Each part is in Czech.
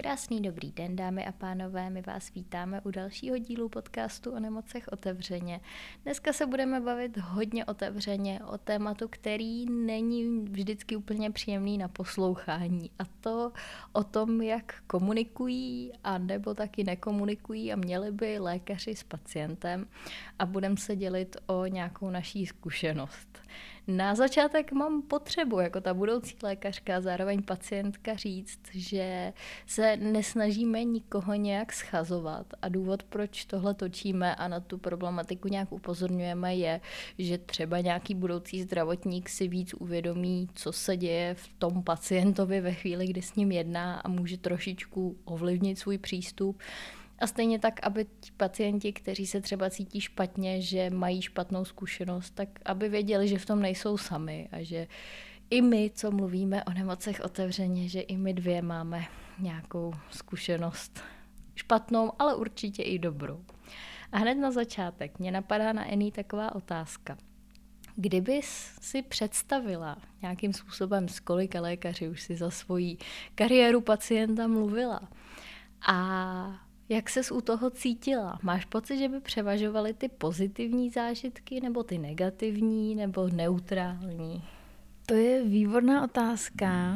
Krásný dobrý den, dámy a pánové, my vás vítáme u dalšího dílu podcastu o nemocech otevřeně. Dneska se budeme bavit hodně otevřeně o tématu, který není vždycky úplně příjemný na poslouchání. A to o tom, jak komunikují a nebo taky nekomunikují a měli by lékaři s pacientem. A budeme se dělit o nějakou naší zkušenost. Na začátek mám potřebu, jako ta budoucí lékařka a zároveň pacientka říct, že se nesnažíme nikoho nějak schazovat a důvod, proč tohle točíme a na tu problematiku nějak upozorňujeme, je, že třeba nějaký budoucí zdravotník si víc uvědomí, co se děje v tom pacientovi ve chvíli, kdy s ním jedná a může trošičku ovlivnit svůj přístup. A stejně tak, aby ti pacienti, kteří se třeba cítí špatně, že mají špatnou zkušenost, tak aby věděli, že v tom nejsou sami a že i my, co mluvíme o nemocech otevřeně, že i my dvě máme nějakou zkušenost špatnou, ale určitě i dobrou. A hned na začátek mě napadá na Eny taková otázka. Kdybys si představila nějakým způsobem, s kolika lékaři už si za svoji kariéru pacienta mluvila a jak ses u toho cítila? Máš pocit, že by převažovaly ty pozitivní zážitky, nebo ty negativní, nebo neutrální? To je výborná otázka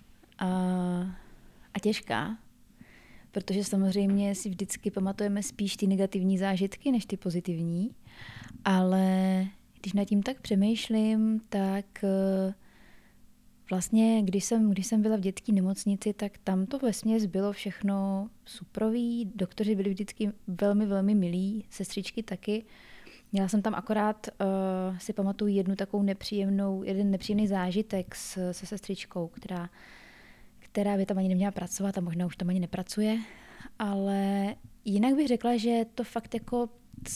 a těžká, protože samozřejmě si vždycky pamatujeme spíš ty negativní zážitky, než ty pozitivní, ale když nad tím tak přemýšlím, tak vlastně, když jsem byla v dětské nemocnici, tak tam to vesměs bylo všechno suprový, doktoři byli vždycky velmi, velmi milí, sestřičky taky. Měla jsem tam akorát, si pamatuju jeden nepříjemný zážitek se sestřičkou, která by tam ani neměla pracovat a možná už tam ani nepracuje, ale jinak bych řekla, že to fakt jako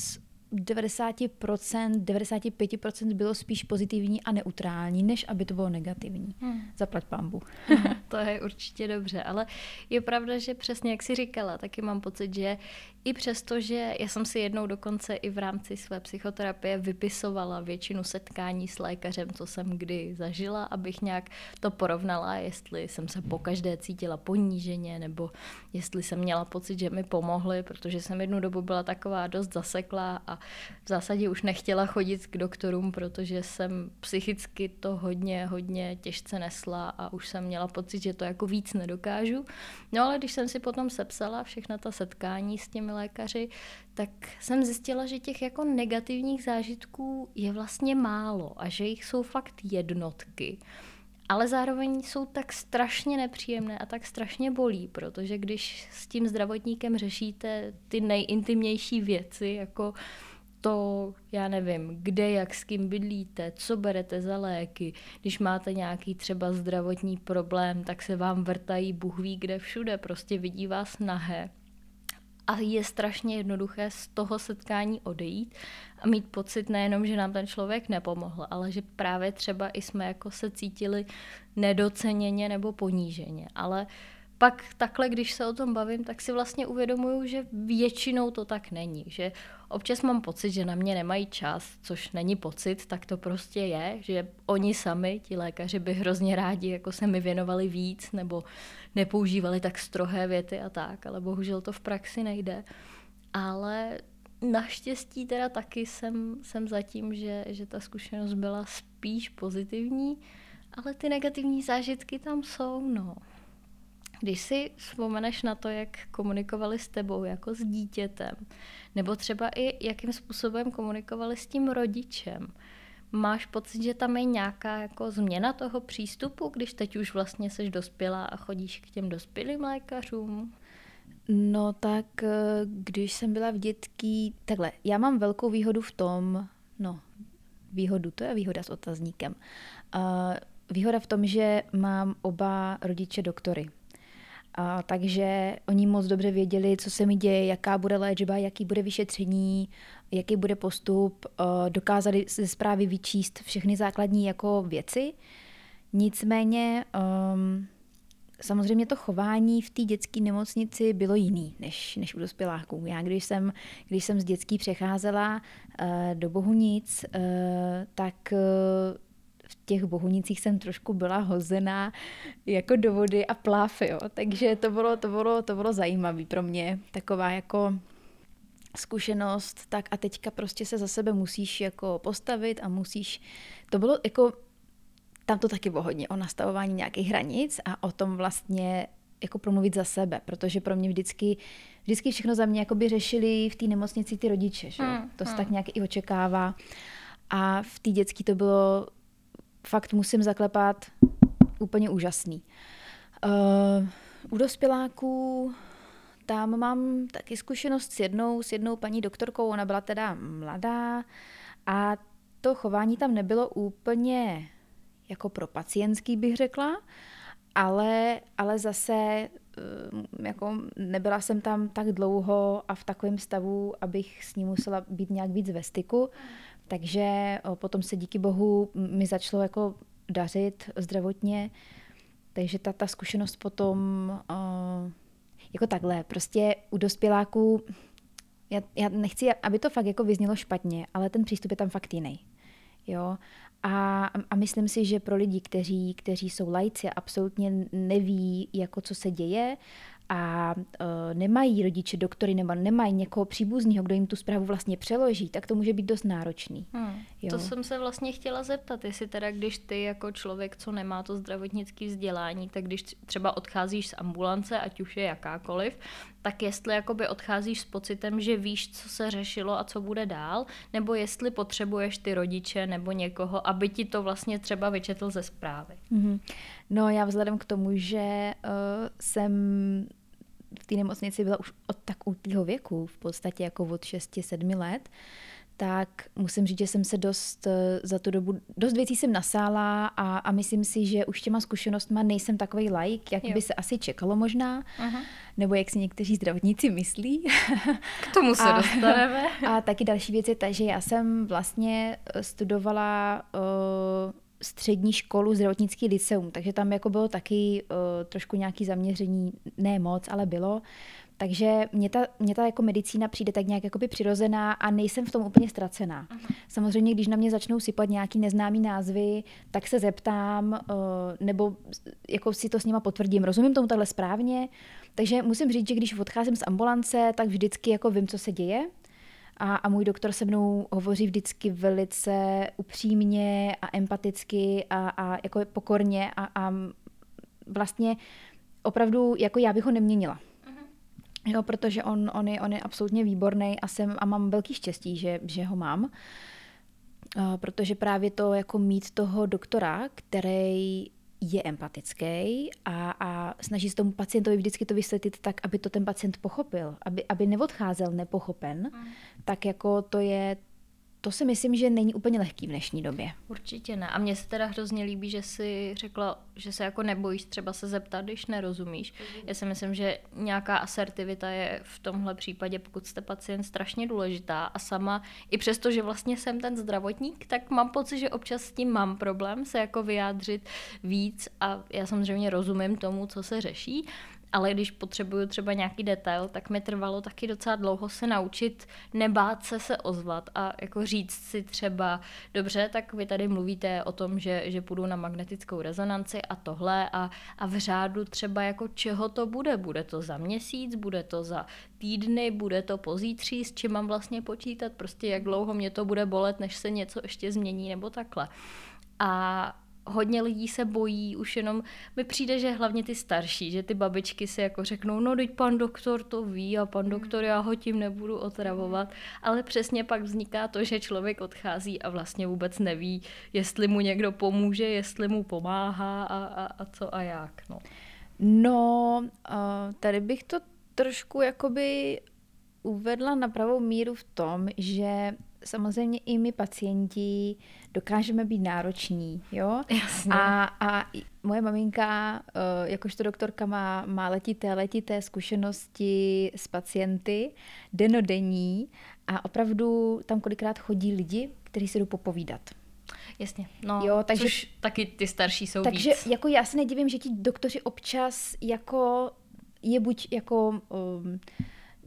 95% bylo spíš pozitivní a neutrální, než aby to bylo negativní. Zaplať pánbu. To je určitě dobře, ale je pravda, že přesně jak jsi říkala, taky mám pocit, že i přesto, že já jsem si jednou dokonce i v rámci své psychoterapie vypisovala většinu setkání s lékařem, co jsem kdy zažila, abych nějak to porovnala, jestli jsem se pokaždé cítila poníženě, nebo jestli jsem měla pocit, že mi pomohli, protože jsem jednu dobu byla taková dost zaseklá a v zásadě už nechtěla chodit k doktorům, protože jsem psychicky to hodně těžce nesla a už jsem měla pocit, že to jako víc nedokážu. No ale když jsem si potom sepsala všechna ta setkání s těmi lékaři, tak jsem zjistila, že těch jako negativních zážitků je vlastně málo a že jich jsou fakt jednotky. Ale zároveň jsou tak strašně nepříjemné a tak strašně bolí, protože když s tím zdravotníkem řešíte ty nejintimnější věci, jako to, já nevím, kde, jak s kým bydlíte, co berete za léky, když máte nějaký třeba zdravotní problém, tak se vám vrtají Bůh ví kde všude, prostě vidí vás nahé. A je strašně jednoduché z toho setkání odejít a mít pocit nejenom, že nám ten člověk nepomohl, ale že právě třeba i jsme jako se cítili nedoceněně nebo poníženě. Ale pak takhle, když se o tom bavím, tak si vlastně uvědomuju, že většinou to tak není. Že občas mám pocit, že na mě nemají čas, což není pocit, tak to prostě je, že oni sami, ti lékaři, by hrozně rádi jako se mi věnovali víc nebo nepoužívali tak strohé věty a tak, ale bohužel to v praxi nejde. Ale naštěstí teda taky jsem zatím, že ta zkušenost byla spíš pozitivní, ale ty negativní zážitky tam jsou, no. Když si vzpomeneš na to, jak komunikovali s tebou jako s dítětem, nebo třeba i jakým způsobem komunikovali s tím rodičem, máš pocit, že tam je nějaká jako změna toho přístupu, když teď už vlastně seš dospělá a chodíš k těm dospělým lékařům? No tak, když jsem byla v dětský, takhle, já mám velkou výhodu v tom, to je výhoda s otazníkem. Výhoda v tom, že mám oba rodiče doktory. Takže oni moc dobře věděli, co se mi děje, jaká bude léčba, jaký bude vyšetření, jaký bude postup, dokázali ze zprávy vyčíst všechny základní jako věci. Nicméně samozřejmě to chování v té dětské nemocnici bylo jiný než u dospěláků. Já když jsem z dětský přecházela do Bohunic, tak v těch Bohunicích jsem trošku byla hozená jako do vody a pláv, jo. Takže to bylo zajímavé pro mě, taková jako zkušenost, tak a teďka prostě se za sebe musíš jako postavit a musíš, to bylo jako, tam to taky bylo hodně o nastavování nějakých hranic a o tom vlastně jako promluvit za sebe, protože pro mě vždycky všechno za mě jakoby řešili v té nemocnici ty rodiče, že? To se tak nějak i očekává a v té dětské to bylo fakt musím zaklepat úplně úžasný. U dospěláků tam mám taky zkušenost s jednou paní doktorkou, ona byla teda mladá a to chování tam nebylo úplně jako pro pacientský, bych řekla, ale zase jako nebyla jsem tam tak dlouho a v takovém stavu, abych s ní musela být nějak víc ve styku, takže potom se díky bohu mi začalo jako dařit zdravotně, takže ta zkušenost potom jako takhle, prostě u dospěláků, já nechci, aby to fakt jako vyznělo špatně, ale ten přístup je tam fakt jiný. Jo? A myslím si, že pro lidi, kteří jsou laici a absolutně neví, jako co se děje a nemají rodiče doktory nebo nemají někoho příbuzného, kdo jim tu zprávu vlastně přeloží, tak to může být dost náročný. Jo. To jsem se vlastně chtěla zeptat, jestli teda když ty jako člověk, co nemá to zdravotnické vzdělání, tak když třeba odcházíš z ambulance, ať už je jakákoliv, tak jestli jakoby odcházíš s pocitem, že víš, co se řešilo a co bude dál, nebo jestli potřebuješ ty rodiče nebo někoho, aby ti to vlastně třeba vyčetl ze zprávy. No já vzhledem k tomu, že jsem v té nemocnici byla už od tak útlýho věku, v podstatě jako od 6-7 let, tak musím říct, že jsem se za tu dobu, dost věcí jsem nasála a myslím si, že už těma zkušenostma nejsem takovej laik, jak by se asi čekalo možná, nebo jak si někteří zdravotníci myslí. K tomu se dostaneme. A taky další věc je ta, že já jsem vlastně studovala střední školu, zdravotnický lyceum, takže tam jako bylo taky trošku nějaké zaměření, ne moc, ale bylo. Takže mě ta jako medicína přijde tak nějak jakoby přirozená a nejsem v tom úplně ztracená. Samozřejmě, když na mě začnou sypat nějaký neznámý názvy, tak se zeptám, nebo jako si to s nima potvrdím. Rozumím tomu takhle správně? Takže musím říct, že když odcházím z ambulance, tak vždycky jako vím, co se děje. A můj doktor se mnou hovoří vždycky velice upřímně a empaticky a jako pokorně a vlastně opravdu jako já bych ho neměnila. Jo, protože on je absolutně výborný a mám velký štěstí, že ho mám. Protože právě to jako mít toho doktora, který je empatický a snaží se tomu pacientovi vždycky to vysvětlit tak, aby to ten pacient pochopil, aby neodcházel nepochopen, tak jako to si myslím, že není úplně lehký v dnešní době. Určitě ne. A mně se teda hrozně líbí, že jsi řekla, že se jako nebojíš třeba se zeptat, když nerozumíš. Já si myslím, že nějaká asertivita je v tomhle případě, pokud jste pacient, strašně důležitá a sama, i přesto, že vlastně jsem ten zdravotník, tak mám pocit, že občas s tím mám problém se jako vyjádřit víc a já samozřejmě rozumím tomu, co se řeší, ale když potřebuju třeba nějaký detail, tak mi trvalo taky docela dlouho se naučit nebát se ozvat a jako říct si třeba, dobře, tak vy tady mluvíte o tom, že půjdu na magnetickou rezonanci a tohle a v řádu třeba jako čeho to bude. Bude to za měsíc, bude to za týdny, bude to pozítří, s čím mám vlastně počítat, prostě jak dlouho mě to bude bolet, než se něco ještě změní nebo takhle. A hodně lidí se bojí, už jenom mi přijde, že hlavně ty starší, že ty babičky si jako řeknou, no teď pan doktor to ví a pan doktor, já ho tím nebudu otravovat, ale přesně pak vzniká to, že člověk odchází a vlastně vůbec neví, jestli mu někdo pomůže, jestli mu pomáhá a co a jak. No, tady bych to trošku jakoby uvedla na pravou míru v tom, že samozřejmě i my pacienti dokážeme být nároční, jo? Jasně. A moje maminka, jakožto doktorka, má letité zkušenosti s pacienty, dennodenní a opravdu tam kolikrát chodí lidi, kteří se jdou popovídat. Jasně, no, jo, takže, což taky ty starší jsou takže víc. jako já se nedivím, že ti doktoři občas jako je buď jako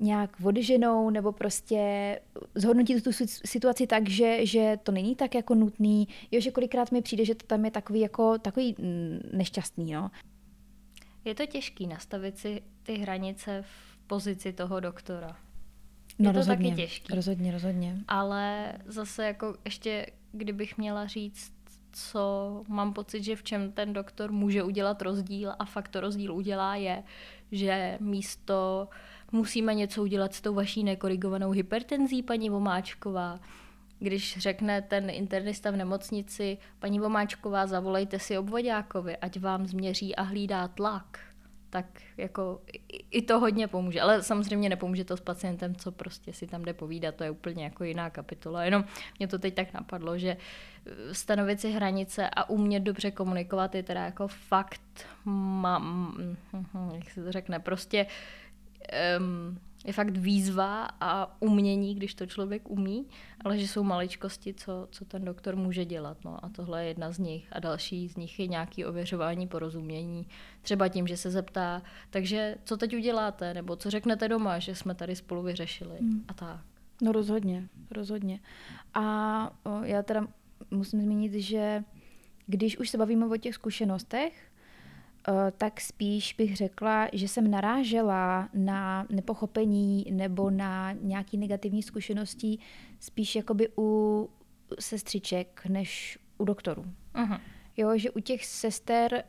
nějak odženou nebo prostě zhodnotit tu situaci tak, že to není tak jako nutný, jo, že kolikrát mi přijde, že to tam je takový nešťastný, no. Je to těžký nastavit si ty hranice v pozici toho doktora. No je to rozhodně, taky těžký. Rozhodně. Ale zase jako ještě, kdybych měla říct, co mám pocit, že v čem ten doktor může udělat rozdíl a fakt to rozdíl udělá je, že místo musíme něco udělat s tou vaší nekorigovanou hypertenzí, paní Vomáčková, když řekne ten internista v nemocnici, paní Vomáčková, zavolejte si obvoďákovi, ať vám změří a hlídá tlak, tak jako i to hodně pomůže. Ale samozřejmě nepomůže to s pacientem, co prostě si tam jde povídat, to je úplně jako jiná kapitola. Jenom mě to teď tak napadlo, že stanovit si hranice a umět dobře komunikovat je teda jako fakt, jak se to řekne, prostě je fakt výzva a umění, když to člověk umí, ale že jsou maličkosti, co ten doktor může dělat. No a tohle je jedna z nich. A další z nich je nějaké ověřování porozumění. Třeba tím, že se zeptá, takže co teď uděláte? Nebo co řeknete doma, že jsme tady spolu vyřešili? A tak. No rozhodně. A já teda musím zmínit, že když už se bavíme o těch zkušenostech, tak spíš bych řekla, že jsem narážela na nepochopení nebo na nějaké negativní zkušenosti spíš jakoby u sestřiček než u doktorů. Uh-huh. Jo, že u těch sester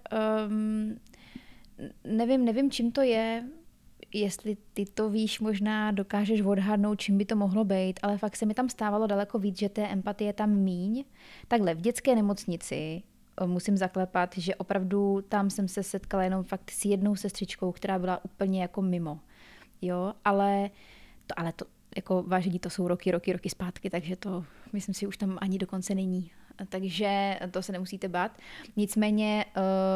nevím, čím to je, jestli ty to víš, možná dokážeš odhadnout, čím by to mohlo být, ale fakt se mi tam stávalo daleko víc, že té empatie tam míň. Takhle, v dětské nemocnici musím zaklepat, že opravdu tam jsem se setkala jenom fakt s jednou sestřičkou, která byla úplně jako mimo. Jo, ale to jako vážení, to jsou roky zpátky, takže to myslím si už tam ani dokonce není. Takže to se nemusíte bát. Nicméně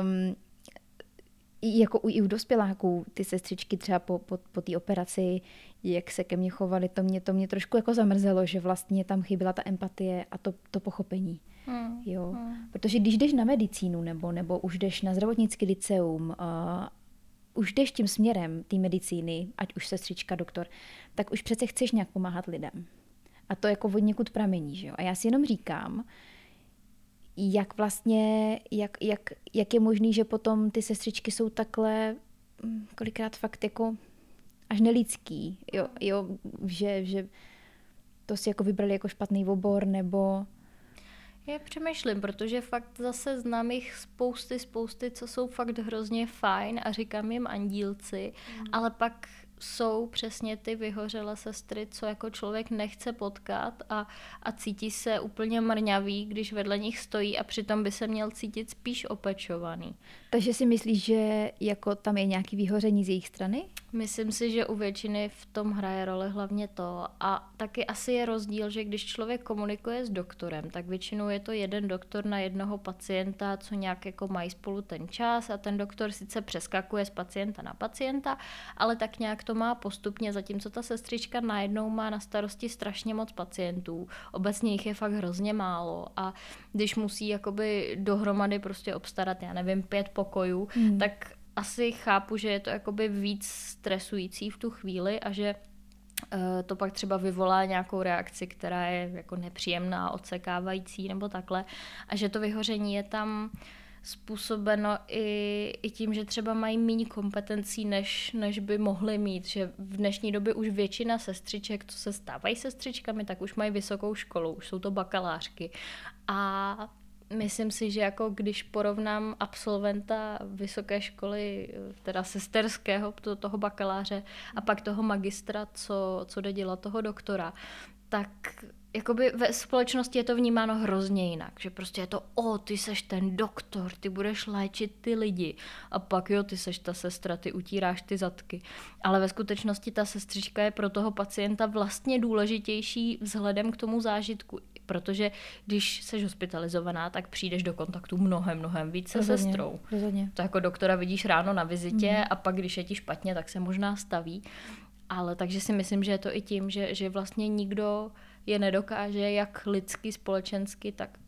jako i u dospěláků, ty sestřičky třeba po té operaci, jak se ke mně chovaly, to mě trošku jako zamrzelo, že vlastně tam chyběla ta empatie a to pochopení. Jo. Protože když jdeš na medicínu nebo už jdeš na zdravotnický liceum, už jdeš tím směrem té medicíny, ať už sestřička, doktor, tak už přece chceš nějak pomáhat lidem. A to jako od někud pramení, že jo. A já si jenom říkám, jak vlastně, jak je možný, že potom ty sestřičky jsou takhle kolikrát fakt jako až nelidský, jo, že to si jako vybrali jako špatný obor, nebo... Já přemýšlím, protože fakt zase znám jich spousty, co jsou fakt hrozně fajn a říkám jim andílci, ale pak jsou přesně ty vyhořelé sestry, co jako člověk nechce potkat a cítí se úplně mrňavý, když vedle nich stojí a přitom by se měl cítit spíš opečovaný. Takže si myslíš, že jako tam je nějaký vyhoření z jejich strany? Myslím si, že u většiny v tom hraje roli hlavně to. A taky asi je rozdíl, že když člověk komunikuje s doktorem, tak většinou je to jeden doktor na jednoho pacienta, co nějak jako mají spolu ten čas a ten doktor sice přeskakuje z pacienta na pacienta, ale tak nějak to má postupně, zatímco ta sestřička najednou má na starosti strašně moc pacientů. Obecně jich je fakt hrozně málo a když musí jakoby dohromady prostě obstarat, já nevím, 5 pokojů, tak asi chápu, že je to jakoby víc stresující v tu chvíli a že to pak třeba vyvolá nějakou reakci, která je jako nepříjemná, odsekávající nebo takhle. A že to vyhoření je tam způsobeno i tím, že třeba mají méně kompetencí, než by mohly mít. Že v dnešní době už většina sestřiček, co se stávají sestřičkami, tak už mají vysokou školu, už jsou to bakalářky. A myslím si, že jako když porovnám absolventa vysoké školy, teda sesterského, toho bakaláře a pak toho magistra, co jde dělat toho doktora, tak jakoby ve společnosti je to vnímáno hrozně jinak, že prostě je to, ty seš ten doktor, ty budeš léčit ty lidi a pak ty seš ta sestra, ty utíráš ty zadky. Ale ve skutečnosti ta sestřička je pro toho pacienta vlastně důležitější vzhledem k tomu zážitku, protože když seš hospitalizovaná, tak přijdeš do kontaktu mnohem víc se sestrou. Rozhodně. To jako doktora vidíš ráno na vizitě a pak když je ti špatně, tak se možná staví. Ale takže si myslím, že je to i tím, že vlastně nikdo je nedokáže jak lidsky, společensky, tak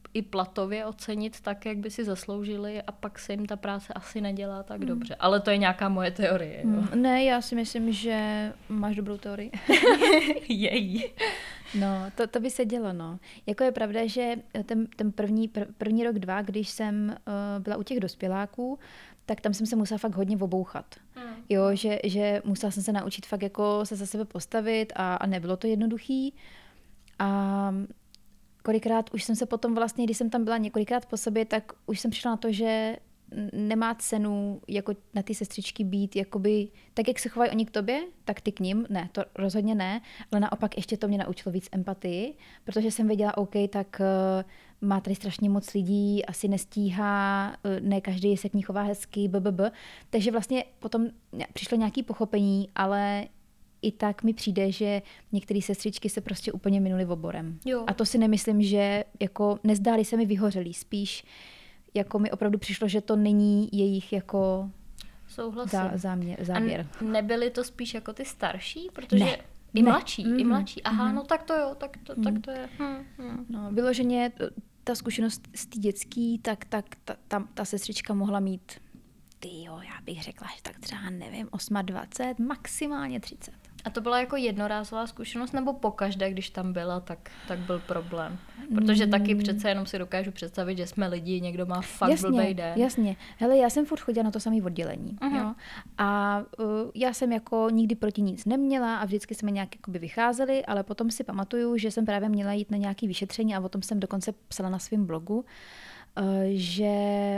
i platově ocenit tak, jak by si zasloužili a pak se jim ta práce asi nedělá tak dobře. Ale to je nějaká moje teorie. Jo. Ne, já si myslím, že máš dobrou teorii. Jej. No, to by se dělo, no. Jako je pravda, že ten první rok, 2, když jsem byla u těch dospěláků, tak tam jsem se musela fakt hodně obouchat. Jo, že musela jsem se naučit fakt jako se za sebe postavit a nebylo to jednoduchý. A kolikrát už jsem se potom vlastně, když jsem tam byla několikrát po sobě, tak už jsem přišla na to, že nemá cenu jako na ty sestřičky být jakoby, tak jak se chovají oni k tobě, tak ty k ním, ne, to rozhodně ne, ale naopak ještě to mě naučilo víc empatii, protože jsem věděla, OK, tak má tady strašně moc lidí, asi nestíhá, ne každý se k ní chová hezky, takže vlastně potom přišlo nějaké pochopení, ale i tak mi přijde, že některé sestřičky se prostě úplně minuly oborem. Jo. A to si nemyslím, že jako nezdály se mi vyhořelý, spíš jako mi opravdu přišlo, že to není jejich jako záběr. A nebyly to spíš jako ty starší? Protože ne. I mladší. Aha, no tak to jo, tak to je. No, vyloženě ta zkušenost z té dětský, tak ta sestřička mohla mít, já bych řekla, že tak třeba, nevím, 28, maximálně 30. A to byla jako jednorázová zkušenost, nebo pokaždé, když tam byla, tak byl problém? Protože taky přece jenom si dokážu představit, že jsme lidi, někdo má fakt blbej den. Jasně. Hele, já jsem furt chodila na to samé oddělení. Jo? A já jsem jako nikdy proti nic neměla a vždycky jsme nějak jakoby vycházeli, ale potom si pamatuju, že jsem právě měla jít na nějaké vyšetření a o tom jsem dokonce psala na svém blogu, že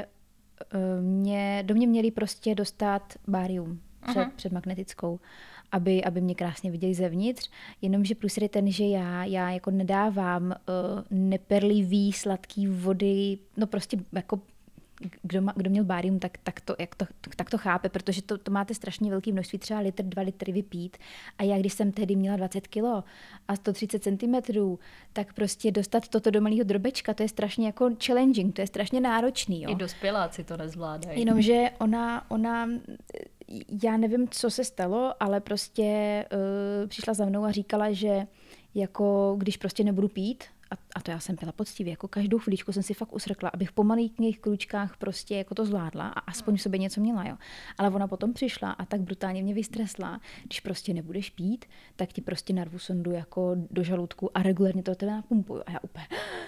do mě měli prostě dostat bárium před magnetickou, aby mě krásně viděli zevnitř, jenomže plus je ten, že já jako nedávám neperlivý, sladký vody, no prostě jako kdo měl bárium, tak to chápe, protože to máte strašně velké množství, třeba litr, 2 litry vypít. A já, když jsem tehdy měla 20 kilo a 130 cm, tak prostě dostat toto do malého drobečka, to je strašně jako challenging, to je strašně náročný. Jo. I dospěláci to nezvládají. Jenomže ona já nevím, co se stalo, ale prostě přišla za mnou a říkala, že jako když prostě nebudu pít, a to já jsem pila poctivě, jako každou chvíličku jsem si fakt usrkla, abych v pomalých kručkách prostě jako to zvládla a aspoň v sobě něco měla, jo. Ale ona potom přišla a tak brutálně mě vystresla, když prostě nebudeš pít, tak ti prostě narvu sondu jako do žaludku a regulérně to tebe napumpuju. A já úplně...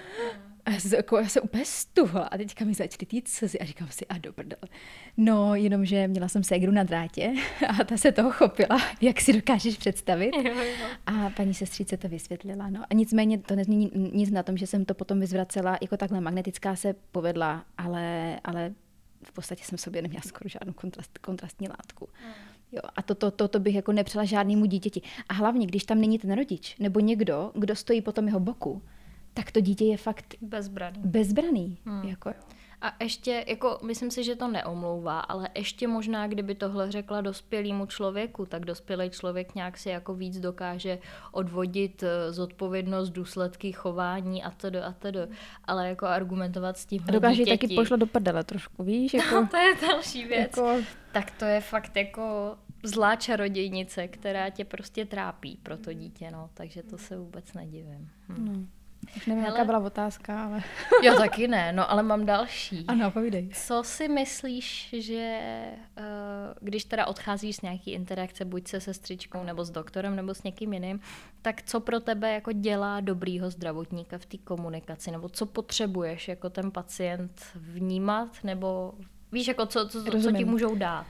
já se úplně stuhla a teďka mi začaly ty slzy a říkám si, a do prdele. No, jenomže měla jsem ségru na drátě a ta se toho chopila, jak si dokážeš představit. Jo. A paní sestřice to vysvětlila. No. A nicméně to nezmění nic na tom, že jsem to potom vyzvracela, jako takhle magnetická se povedla, ale v podstatě jsem sobě neměla skoro žádnou kontrastní látku. Jo, a to bych jako nepřela žádnému dítěti. A hlavně, když tam není ten rodič nebo někdo, kdo stojí po tom jeho boku, tak to dítě je fakt bezbraný. Jako. A ještě, jako, myslím si, že to neomlouvá, ale ještě možná, kdyby tohle řekla dospělému člověku, tak dospělý člověk nějak si jako víc dokáže odvodit zodpovědnost, důsledky chování a tedy. Ale jako argumentovat s tím dokáže taky pošlo do prdele trošku, víš? Jako, no, to je další věc. Jako... Tak to je fakt jako zlá čarodějnice, která tě prostě trápí pro to dítě, no. Takže to se vůbec nedivím. No. Už nevím, jaká byla otázka, ale... Jo, taky ne, no ale mám další. Ano, povídej. Co si myslíš, že když teda odcházíš z nějaký interakce, buď se sestřičkou, nebo s doktorem, nebo s někým jiným, tak co pro tebe jako dělá dobrýho zdravotníka v té komunikaci, nebo co potřebuješ jako ten pacient vnímat, nebo víš, jako co ti můžou dát?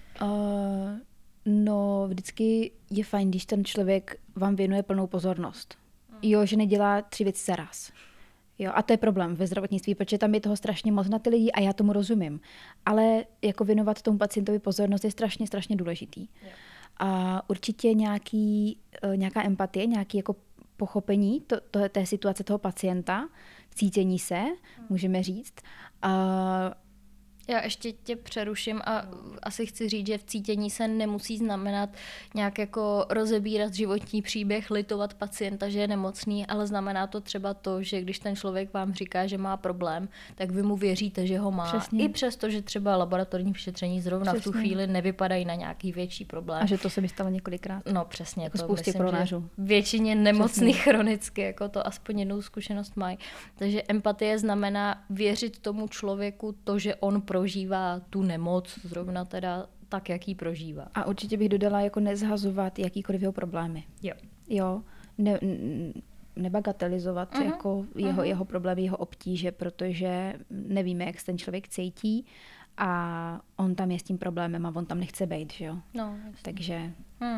No, vždycky je fajn, když ten člověk vám věnuje plnou pozornost. Jo, že nedělá 3 věci za raz. Jo, a to je problém ve zdravotnictví, protože tam je toho strašně moc na ty lidi a já tomu rozumím. Ale jako věnovat tomu pacientovi pozornost je strašně, strašně důležitý. Jo. A určitě nějaká empatie, nějaké jako pochopení té situace toho pacienta, cítění se, můžeme říct. Já ještě tě přeruším a asi chci říct, že v cítění se nemusí znamenat nějak jako rozebírat životní příběh, litovat pacienta, že je nemocný, ale znamená to třeba to, že když ten člověk vám říká, že má problém, tak vy mu věříte, že ho má. Přesně. I přesto, že třeba laboratorní vyšetření zrovna Přesně. v tu chvíli nevypadají na nějaký větší problém. A že to se mi stalo několikrát. No přesně, jako to spoustě myslím, koronářů. že většině nemocných chronicky, jako to aspoň jednou zkušenost mají. Takže empatie znamená věřit tomu člověku to, že on prožívá tu nemoc, zrovna teda tak, jak ji prožívá. A určitě bych dodala jako nezhazovat jakýkoliv jeho problémy. Jo. Nebagatelizovat jako jeho problémy, jeho obtíže, protože nevíme, jak se ten člověk cítí a on tam je s tím problémem a on tam nechce být, že jo? No, takže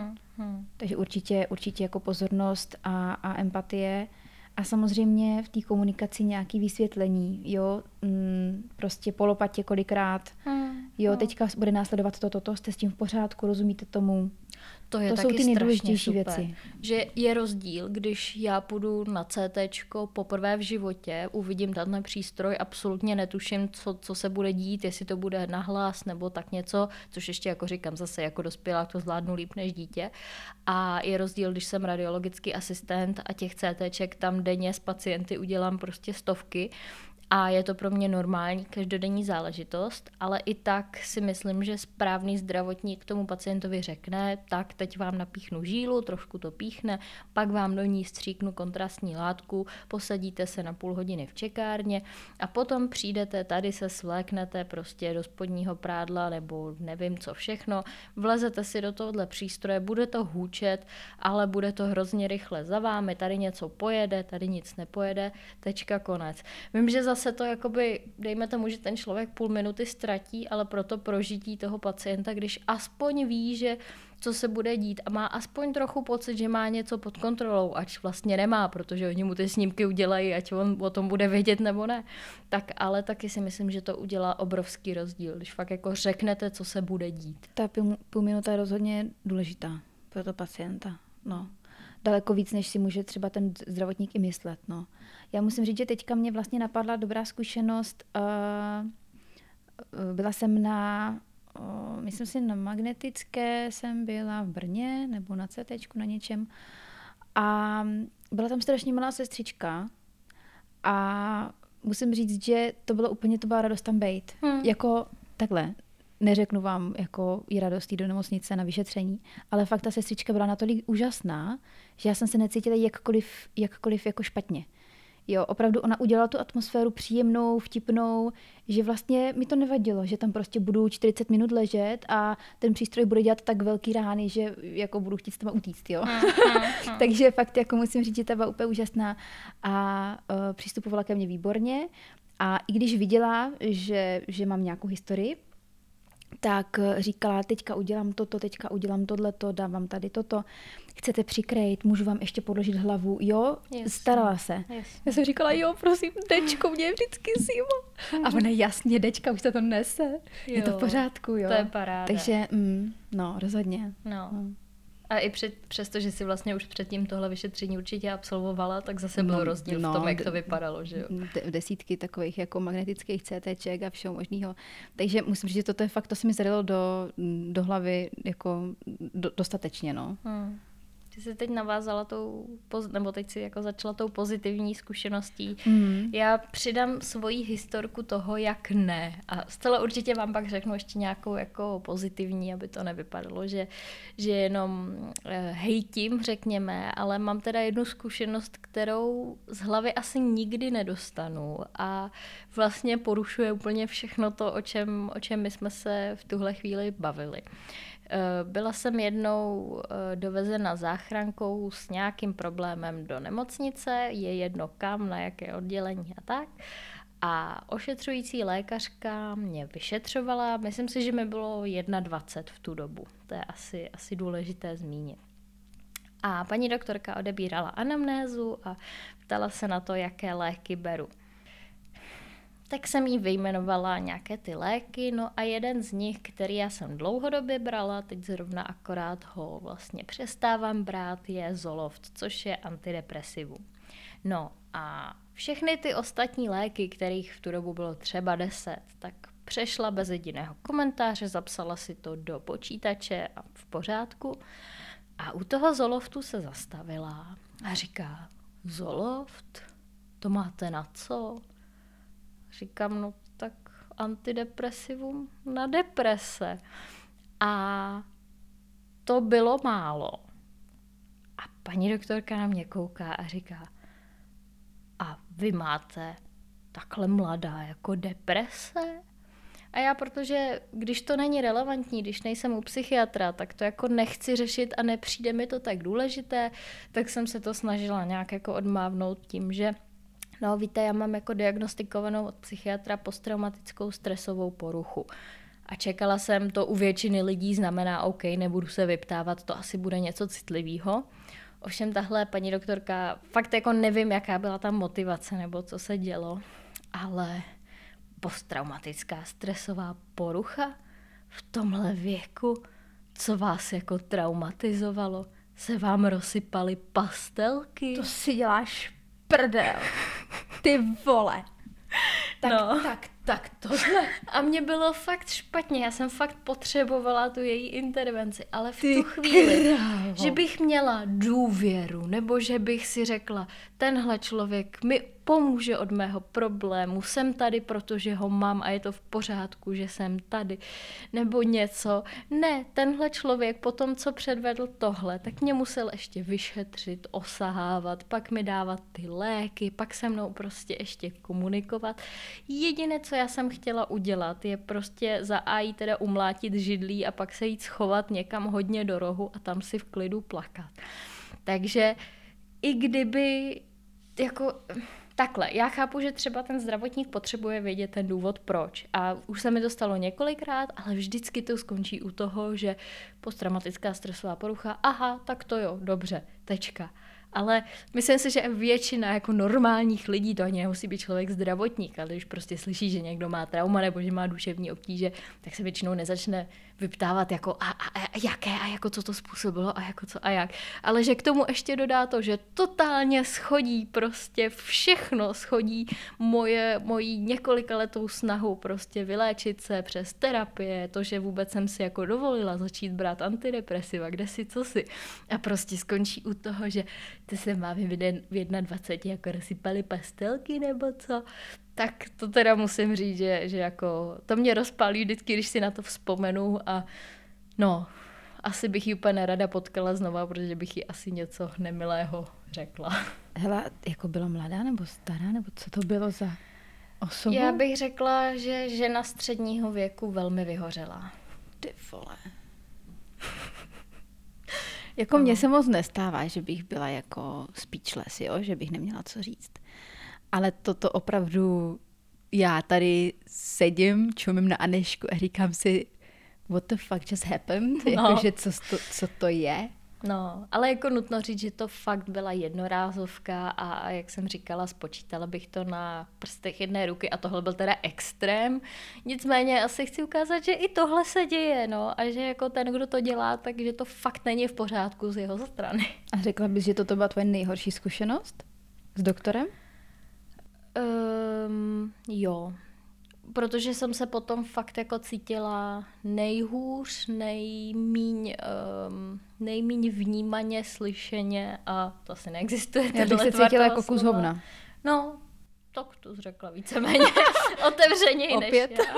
určitě jako pozornost a empatie a samozřejmě v té komunikaci nějaké vysvětlení, jo, prostě po lopatě kolikrát, jo, teďka bude následovat toto, jste s tím v pořádku, rozumíte tomu. To jsou ty nejdůležitější věci. Že je rozdíl, když já půjdu na CTčko poprvé v životě, uvidím tenhle přístroj, absolutně netuším, co se bude dít, jestli to bude nahlas nebo tak něco, což ještě jako říkám zase jako dospělá, to zvládnu líp než dítě. A je rozdíl, když jsem radiologický asistent a těch CTček tam denně s pacienty udělám prostě stovky, a je to pro mě normální každodenní záležitost, ale i tak si myslím, že správný zdravotník tomu pacientovi řekne, tak teď vám napíchnu žílu, trošku to píchne, pak vám do ní stříknu kontrastní látku, posadíte se na půl hodiny v čekárně a potom přijdete, tady se svléknete prostě do spodního prádla nebo nevím co všechno, vlezete si do tohohle přístroje, bude to hůčet, ale bude to hrozně rychle za vámi, tady něco pojede, tady nic nepojede, tečka, konec. Vím, že zase to jakoby, dejme tomu, že ten člověk půl minuty ztratí, ale pro to prožití toho pacienta, když aspoň ví, že co se bude dít a má aspoň trochu pocit, že má něco pod kontrolou, ač vlastně nemá, protože oni mu ty snímky udělají, ať on o tom bude vědět nebo ne. Tak ale taky si myslím, že to udělá obrovský rozdíl, když fakt jako řeknete, co se bude dít. Ta půl minuta je rozhodně důležitá pro toho pacienta. No. Daleko víc, než si může třeba ten zdravotník i myslet. No. Já musím říct, že teďka mě vlastně napadla dobrá zkušenost. Byla jsem myslím si na magnetické jsem byla v Brně nebo na CTčku na něčem a byla tam strašně malá sestřička a musím říct, že to byla radost tam bejt. Jako takhle. Neřeknu vám, jako je radost jít do nemocnice na vyšetření, ale fakt ta sestřička byla natolik úžasná, že já jsem se necítila jakkoliv jako špatně. Jo, opravdu ona udělala tu atmosféru příjemnou, vtipnou, že vlastně mi to nevadilo, že tam prostě budu 40 minut ležet a ten přístroj bude dělat tak velký rány, že jako budu chtít s tama utíct, jo. Takže fakt jako musím říct, že ta byla úplně úžasná a přistupovala ke mně výborně a i když viděla, že mám nějakou historii, tak říkala, teďka udělám toto, teďka udělám tohleto, dávám tady toto, chcete přikrejt, můžu vám ještě podložit hlavu, jo, starala se. Já jsem říkala, jo, prosím, dečko, mě je vždycky zima. A ona, jasně, dečka, už se to nese, je to v pořádku, jo. To je paráda. Takže, no, rozhodně. No. A i přesto, že si vlastně už předtím tohle vyšetření určitě absolvovala, tak zase byl rozdíl v tom, jak to vypadalo, že jo? Desítky takových jako magnetických CTček a všeho možného. Takže musím říct, že toto je fakt, to se mi zadalo do hlavy jako dostatečně, no. Ty jsi teď navázala nebo teď si jako začala tou pozitivní zkušeností. Já přidám svoji historku toho, jak ne. A zcela určitě vám pak řeknu ještě nějakou jako pozitivní, aby to nevypadalo, že jenom hejtím, řekněme, ale mám teda jednu zkušenost, kterou z hlavy asi nikdy nedostanu a vlastně porušuje úplně všechno to, o čem my jsme se v tuhle chvíli bavili. Byla jsem jednou dovezena záchrankou s nějakým problémem do nemocnice, je jedno kam, na jaké oddělení a tak. A ošetřující lékařka mě vyšetřovala, myslím si, že mi bylo 21 v tu dobu, to je asi důležité zmínit. A paní doktorka odebírala anamnézu a ptala se na to, jaké léky beru. Tak jsem jí vyjmenovala nějaké ty léky, no a jeden z nich, který já jsem dlouhodobě brala, teď zrovna akorát ho vlastně přestávám brát, je Zoloft, což je antidepresivum. No a všechny ty ostatní léky, kterých v tu dobu bylo třeba 10, tak přešla bez jediného komentáře, zapsala si to do počítače a v pořádku. A u toho Zoloftu se zastavila a říká, Zoloft, to máte na co? Říkám, no tak antidepresivum na deprese. A to bylo málo. A paní doktorka na mě kouká a říká, a vy máte takhle mladá jako deprese? A já, protože když to není relevantní, když nejsem u psychiatra, tak to jako nechci řešit a nepřijde mi to tak důležité, tak jsem se to snažila nějak jako odmávnout tím, že no víte, já mám jako diagnostikovanou od psychiatra posttraumatickou stresovou poruchu. A čekala jsem, to u většiny lidí znamená OK, nebudu se vyptávat, to asi bude něco citlivého. Ovšem tahle paní doktorka, fakt jako nevím, jaká byla ta motivace nebo co se dělo, ale posttraumatická stresová porucha v tomhle věku, co vás jako traumatizovalo, se vám rozsypaly pastelky? To si děláš prdel. Ty vole. Tak tohle. A mě bylo fakt špatně, já jsem fakt potřebovala tu její intervenci, ale v tu chvíli, že bych měla důvěru, nebo že bych si řekla, tenhle člověk mi pomůže od mého problému, jsem tady, protože ho mám a je to v pořádku, že jsem tady, nebo něco. Ne, tenhle člověk po tom, co předvedl tohle, tak mě musel ještě vyšetřit, osahávat, pak mi dávat ty léky, pak se mnou prostě ještě komunikovat. Jediné, co já jsem chtěla udělat, je prostě za A jí teda umlátit židlí a pak se jít schovat někam hodně do rohu a tam si v klidu plakat. Takže i kdyby jako takhle, já chápu, že třeba ten zdravotník potřebuje vědět ten důvod proč a už se mi to stalo několikrát, ale vždycky to skončí u toho, že posttraumatická stresová porucha, aha, tak to jo, dobře, tečka. Ale myslím si, že většina jako normálních lidí, to ani nemusí být člověk zdravotník, ale když prostě slyší, že někdo má trauma nebo že má duševní obtíže, tak se většinou nezačne vyptávat jako a jaké a jako co to způsobilo a jako co a jak. Ale že k tomu ještě dodá to, že totálně schodí prostě všechno, schodí moji několikaletou snahu prostě vyléčit se přes terapie, to, že vůbec jsem si jako dovolila začít brát antidepresiva, kde si, co si. A prostě skončí u toho, že ty se má v 21 jako rozsypaly pastelky nebo co. Tak to teda musím říct, že jako to mě rozpálí vždycky, když si na to vzpomenu a no, asi bych ji úplně nerada potkala znova, protože bych jí asi něco nemilého řekla. Hele, jako byla mladá nebo stará, nebo co to bylo za osobu? Já bych řekla, že žena středního věku velmi vyhořela. Ty vole. Jako mně se moc nestává, že bych byla jako speechless, jo? Že bych neměla co říct. Ale toto opravdu, já tady sedím, čumím na Anešku a říkám si, what the fuck just happened? No. Jakože co to je? No, ale jako nutno říct, že to fakt byla jednorázovka a jak jsem říkala, spočítala bych to na prstech jedné ruky a tohle byl teda extrém. Nicméně asi chci ukázat, že i tohle se děje, no, a že jako ten, kdo to dělá, takže to fakt není v pořádku z jeho strany. A řekla bys, že toto byla tvoje nejhorší zkušenost s doktorem? Jo, protože jsem se potom fakt jako cítila nejhůř, nejmíň vnímaně, slyšeně a to asi neexistuje. Já bych se cítila jako kus hovna. No, tak to jsi řekla víceméně otevřeněji než já.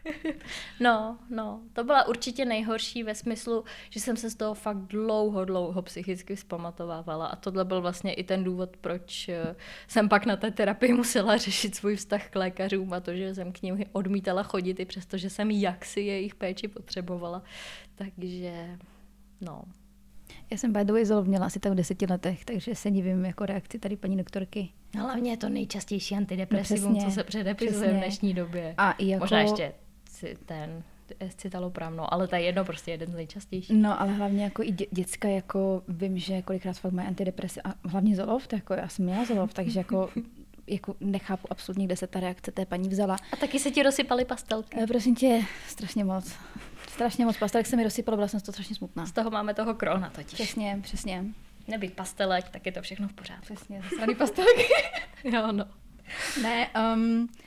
No, to byla určitě nejhorší ve smyslu, že jsem se z toho fakt dlouho psychicky vzpamatovávala a tohle byl vlastně i ten důvod, proč jsem pak na té terapii musela řešit svůj vztah k lékařům a to, že jsem k nim odmítala chodit, i přestože jsem jaksi jejich péči potřebovala. Takže, no. Já jsem by the way měla asi tak v 10 letech, takže se divím jako reakci tady paní doktorky. No, hlavně je to nejčastější antidepresivum, co se předepisuje v dnešní době. A jako... Možná ještě ten citalopram, no, ale to je jedno, prostě jeden z nejčastějších. No, ale hlavně jako i děcka, jako vím, že kolikrát fakt mají antidepresiva, a hlavně Zoloft, jako já jsem měla Zoloft, takže jako nechápu absolutně, kde se ta reakce té paní vzala. A taky se ti rozsypaly pastelky. Prosím tě, strašně moc pastelek se mi rozsypalo, byla jsem z toho strašně smutná. Z toho máme toho krona totiž. Přesně. Nebýt pastelek, tak je to všechno v pořádku. Přesně, zasraný pastelky. Jo, no. Ne,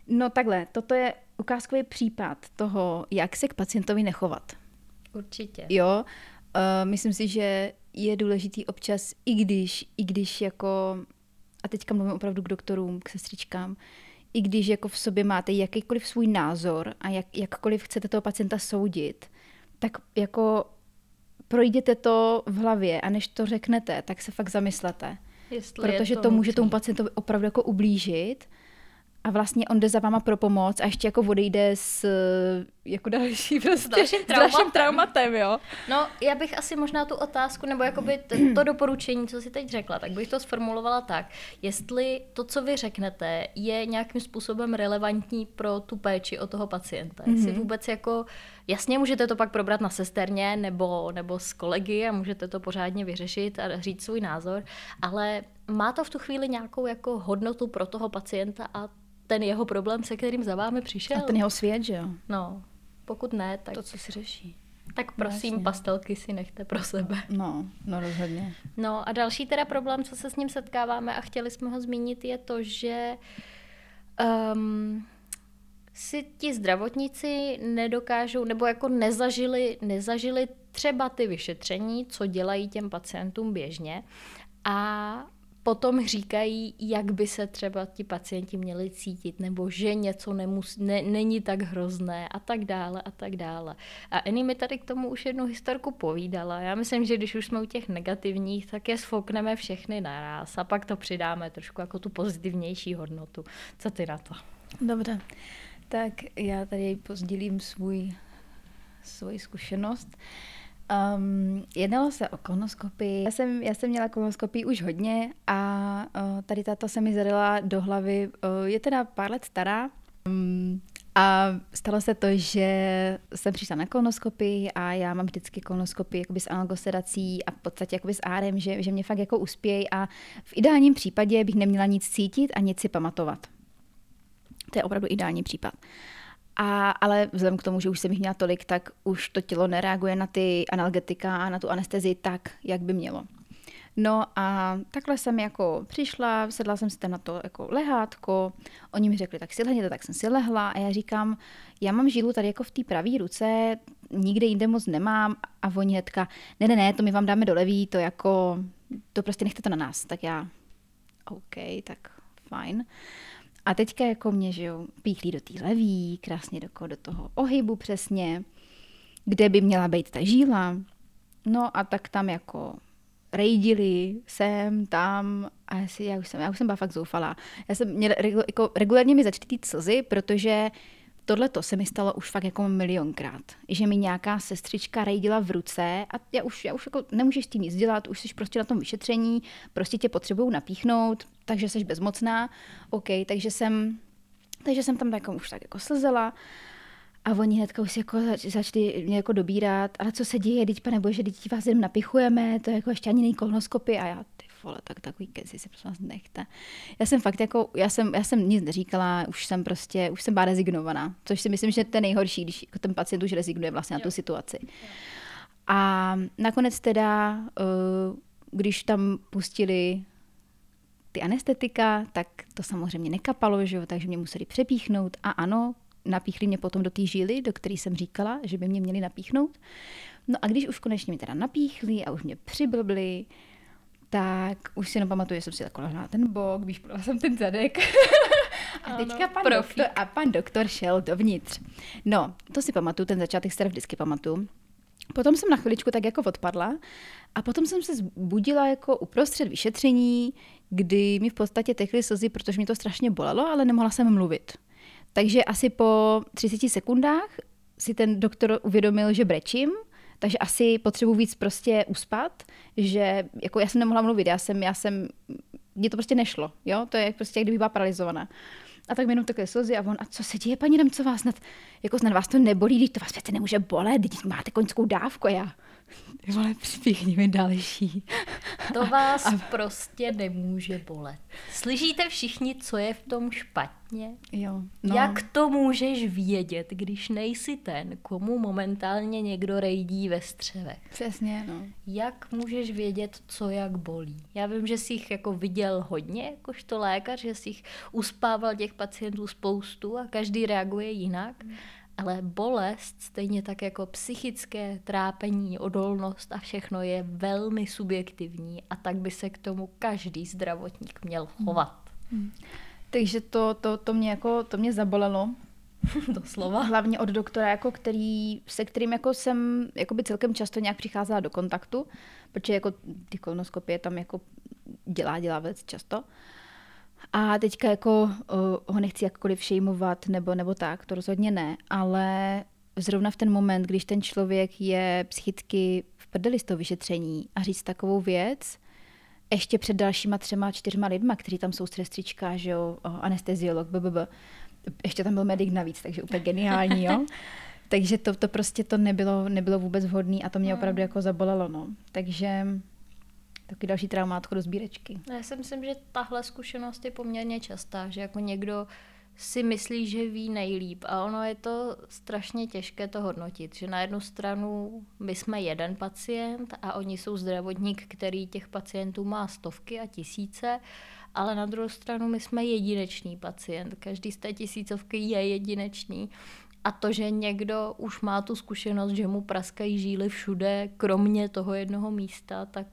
No takhle, toto je ukázkový případ toho, jak se k pacientovi nechovat. Určitě. Jo, myslím si, že je důležitý občas, i když jako, a teďka mluvím opravdu k doktorům, k sestřičkám, i když jako v sobě máte jakýkoliv svůj názor a jakkoliv chcete toho pacienta soudit, tak jako projděte to v hlavě a než to řeknete, tak se fakt zamyslete. Protože to může tomu pacientovi opravdu jako ublížit a vlastně on jde za váma pro pomoc a ještě jako odejde s jako další prostě s dalším traumatem, jo. No, já bych asi možná tu otázku, nebo jakoby to doporučení, co si teď řekla, tak bych to sformulovala tak, jestli to, co vy řeknete, je nějakým způsobem relevantní pro tu péči o toho pacienta. Jestli vůbec jako, jasně můžete to pak probrat na sesterně nebo s kolegy a můžete to pořádně vyřešit a říct svůj názor, ale má to v tu chvíli nějakou jako hodnotu pro toho pacienta a ten jeho problém, se kterým za vámi přišel. A ten jeho svět, že jo? No, pokud ne, tak... To, co si řeší. Tak prosím, vlastně. Pastelky si nechte pro sebe. No rozhodně. No a další teda problém, co se s ním setkáváme a chtěli jsme ho zmínit, je to, že si ti zdravotníci nedokážou, nebo jako nezažili třeba ty vyšetření, co dělají těm pacientům běžně a potom říkají, jak by se třeba ti pacienti měli cítit, nebo že něco není tak hrozné a tak dále a tak dále. A Annie mi tady k tomu už jednu historku povídala. Já myslím, že když už jsme u těch negativních, tak je sfoukneme všechny naraz a pak to přidáme trošku jako tu pozitivnější hodnotu. Co ty na to? Dobře, tak já tady pozdílím svoji zkušenost. Jednalo se o kolonoskopii. Já jsem měla kolonoskopii už hodně a tady tato se mi zadala do hlavy, je teda pár let stará a stalo se to, že jsem přišla na kolonoskopii a já mám vždycky kolonoskopii jakoby s analgosedací a v podstatě jakoby s árem, že mě fakt jako uspějí a v ideálním případě bych neměla nic cítit a nic si pamatovat. To je opravdu ideální případ. Ale vzhledem k tomu, že už jsem jich měla tolik, tak už to tělo nereaguje na ty analgetika a na tu anestezii tak, jak by mělo. No a takhle jsem jako přišla, sedla jsem si tam na to jako lehátko, oni mi řekli, tak si lehněte, tak jsem si lehla a já říkám, já mám žilu tady jako v té pravé ruce, nikde jinde moc nemám a oni hnedka, ne, to my vám dáme do levý, to prostě nechte to na nás. Tak já, OK, tak fajn. A teďka jako mě, že jo, píchlí do té levý, krásně do toho ohybu přesně, kde by měla být ta žíla. No a tak tam jako rejdili sem, tam a já už jsem byla fakt zoufalá. Já jsem měla, jako regulárně mi začaly ty slzy, protože tohleto se mi stalo už fakt jako milionkrát. Že mi nějaká sestřička rejdila v ruce a já už jako nemůžeš s tím nic dělat, už jsi prostě na tom vyšetření, prostě tě potřebují napíchnout, takže jsi bezmocná. OK, takže jsem tam jako už tak jako slzela a oni hnedka už si jako začali mě jako dobírat, ale co se děje, teď pane bože, teď vás jenom napichujeme, to je jako ještě ani nej kolonoskopy a já vole, tak takový keci si prostě vás nechte. Já jsem fakt jako, já jsem nic neříkala, už jsem byla rezignovaná, což si myslím, že to je nejhorší, když jako ten pacient už rezignuje vlastně na tu situaci. A nakonec teda, když tam pustili ty anestetika, tak to samozřejmě nekapalo, že jo, takže mě museli přepíchnout a ano, napíchli mě potom do té žíly, do které jsem říkala, že by mě měli napíchnout. No a když už konečně mě teda napíchli a už mě přiblbli, tak už si nepamatuju, že jsem si takhle lehla na ten bok, víš, podala jsem ten zadek. A teďka pan doktor šel dovnitř. No, to si pamatuju, ten začátek si teda vždycky pamatuju. Potom jsem na chviličku tak jako odpadla a potom jsem se zbudila jako uprostřed vyšetření, kdy mi v podstatě tekly slzy, protože mě to strašně bolelo, ale nemohla jsem mluvit. Takže asi po 30 sekundách si ten doktor uvědomil, že brečím, takže asi potřebuji víc prostě uspat, že jako já jsem nemohla mluvit, mně to prostě nešlo, jo, to je prostě, kdyby byla paralizovaná. A tak mi jenom takové slzy a on, a co se děje, paní Adamcová, snad vás to nebolí, když to vás přece nemůže bolet, když máte koňskou dávku a já, vole, připíchni mi další. To vás prostě nemůže bolet. Slyšíte všichni, co je v tom špatně? Jo, Jak to můžeš vědět, když nejsi ten, komu momentálně někdo rejdí ve střevech? Přesně, no. Jak můžeš vědět, co jak bolí? Já vím, že jsi jich jako viděl hodně, jakožto lékař, že jsi jich uspával těch pacientů spoustu a každý reaguje jinak. Ale bolest, stejně tak jako psychické trápení, odolnost a všechno je velmi subjektivní a tak by se k tomu každý zdravotník měl chovat. Takže to mě zabolelo. Doslova. Hlavně od doktora, jako se kterým jako jsem jakoby celkem často nějak přicházela do kontaktu, protože jako ty kolonoskopie tam jako dělá velice často. A teďka jako ho nechci jakkoliv šejmovat nebo tak, to rozhodně ne, ale zrovna v ten moment, když ten člověk je psychicky v prdeli z toho vyšetření a říct takovou věc, ještě před dalšíma 3-4 lidma, kteří tam jsou sestřička, že jo, anesteziolog, ještě tam byl medic navíc, takže úplně geniální, jo. Takže to prostě to nebylo vůbec vhodné a to mě opravdu jako zabolelo, no. Takže taky další traumátko do sbírečky. Já si myslím, že tahle zkušenost je poměrně častá, že jako někdo si myslí, že ví nejlíp a ono je to strašně těžké to hodnotit, že na jednu stranu my jsme jeden pacient a oni jsou zdravotník, který těch pacientů má stovky a tisíce, ale na druhou stranu my jsme jedinečný pacient, každý z té tisícovky je jedinečný. A to, že někdo už má tu zkušenost, že mu praskají žíly všude, kromě toho jednoho místa, tak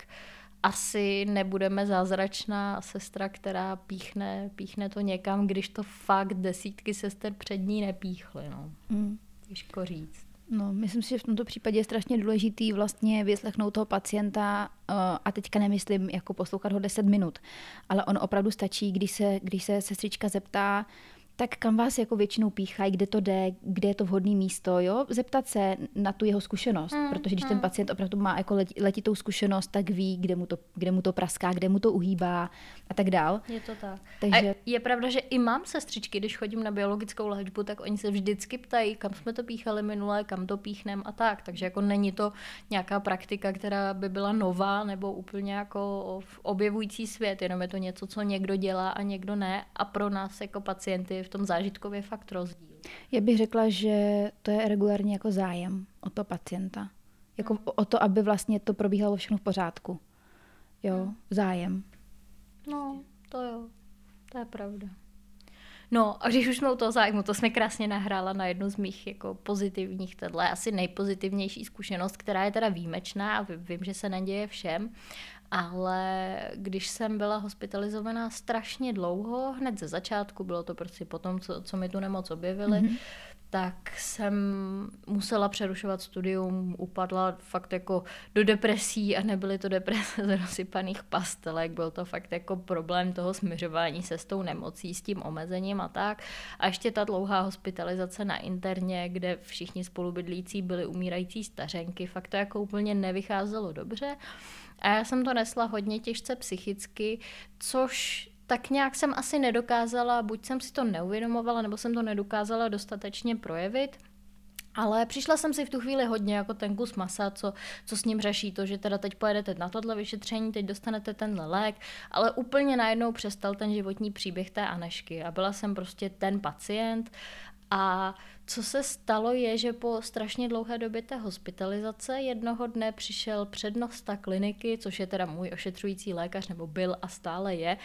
asi nebudeme zázračná sestra, která píchne to někam, když to fakt desítky sester před ní nepíchly. No. Těžko říct. No, myslím si, že v tomto případě je strašně důležitý vlastně vyslechnout toho pacienta a teďka nemyslím jako poslouchat ho 10 minut, ale on opravdu stačí, když se sestřička zeptá, tak kam vás jako většinou píchají, kde to jde, kde je to vhodné místo, jo? Zeptat se na tu jeho zkušenost, protože když ten pacient opravdu má jako letitou zkušenost, tak ví, kde mu to praská, kde mu to uhýbá a tak dál. Je to tak. Takže... A je pravda, že i mám sestřičky, když chodím na biologickou léčbu, tak oni se vždycky ptají, kam jsme to píchali minule, kam to píchnem a tak. Takže jako není to nějaká praktika, která by byla nová nebo úplně jako objevující svět, jenom je to něco, co někdo dělá a někdo ne a pro nás jako pacienty v tom zážitkově fakt rozdíl. Já bych řekla, že to je regulárně jako zájem o toho pacienta. Jako o to, aby vlastně to probíhalo všechno v pořádku. Jo, zájem. No, to jo. To je pravda. No a když už jsme u toho zájmu, to jsme krásně nahrála na jednu z mých jako pozitivních, tohle asi nejpozitivnější zkušenost, která je teda výjimečná a vím, že se neděje všem, ale když jsem byla hospitalizovaná strašně dlouho, hned ze začátku, bylo to prostě potom, co mi tu nemoc objevili, tak jsem musela přerušovat studium, upadla fakt jako do depresí a nebyly to deprese z rozsypaných pastelek, byl to fakt jako problém toho smiřování se s tou nemocí, s tím omezením a tak. A ještě ta dlouhá hospitalizace na interně, kde všichni spolubydlící byli umírající stařenky, fakt to jako úplně nevycházelo dobře. A já jsem to nesla hodně těžce psychicky, což tak nějak jsem asi nedokázala, buď jsem si to neuvědomovala, nebo jsem to nedokázala dostatečně projevit. Ale přišla jsem si v tu chvíli hodně jako ten kus masa, co s ním řeší to, že teda teď pojedete na tohle vyšetření, teď dostanete tenhle lék, ale úplně najednou přestal ten životní příběh té Anežky a byla jsem prostě ten pacient. A co se stalo je, že po strašně dlouhé době té hospitalizace jednoho dne přišel přednosta kliniky, což je teda můj ošetřující lékař, nebo byl a stále je,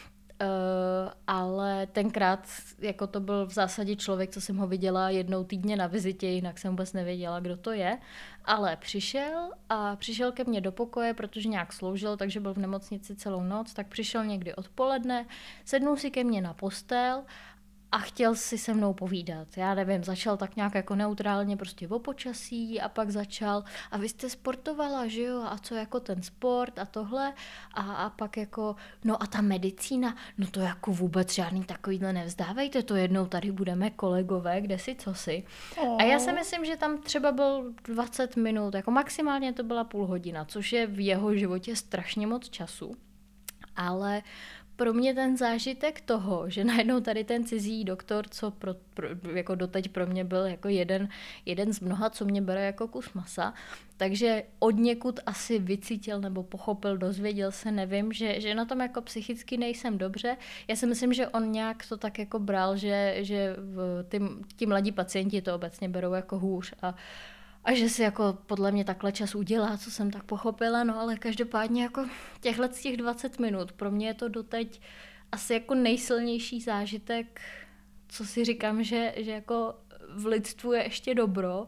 ale tenkrát jako to byl v zásadě člověk, co jsem ho viděla jednou týdně na vizitě, jinak jsem vůbec nevěděla, kdo to je, ale přišel ke mně do pokoje, protože nějak sloužil, takže byl v nemocnici celou noc, tak přišel někdy odpoledne, sednul si ke mně na postel a chtěl si se mnou povídat. Já nevím, začal tak nějak jako neutrálně prostě o počasí a pak začal a vy jste sportovala, že jo? A co jako ten sport a tohle? A pak jako, no a ta medicína, no to jako vůbec žádný takovýhle nevzdávejte, to jednou tady budeme kolegové, kde si, co si. A já si myslím, že tam třeba byl 20 minut, jako maximálně to byla půl hodina, což je v jeho životě strašně moc času. Ale Pro mě ten zážitek toho, že najednou tady ten cizí doktor, co jako doteď pro mě byl jako jeden z mnoha, co mě bere jako kus masa, takže odněkud asi vycítil nebo pochopil, dozvěděl se, nevím, že na tom jako psychicky nejsem dobře. Já si myslím, že on nějak to tak jako bral, že ti mladí pacienti to obecně berou jako hůř a že si jako podle mě takhle čas udělá, co jsem tak pochopila, no ale každopádně jako těch 20 minut, pro mě je to doteď asi jako nejsilnější zážitek, co si říkám, že jako v lidstvu je ještě dobro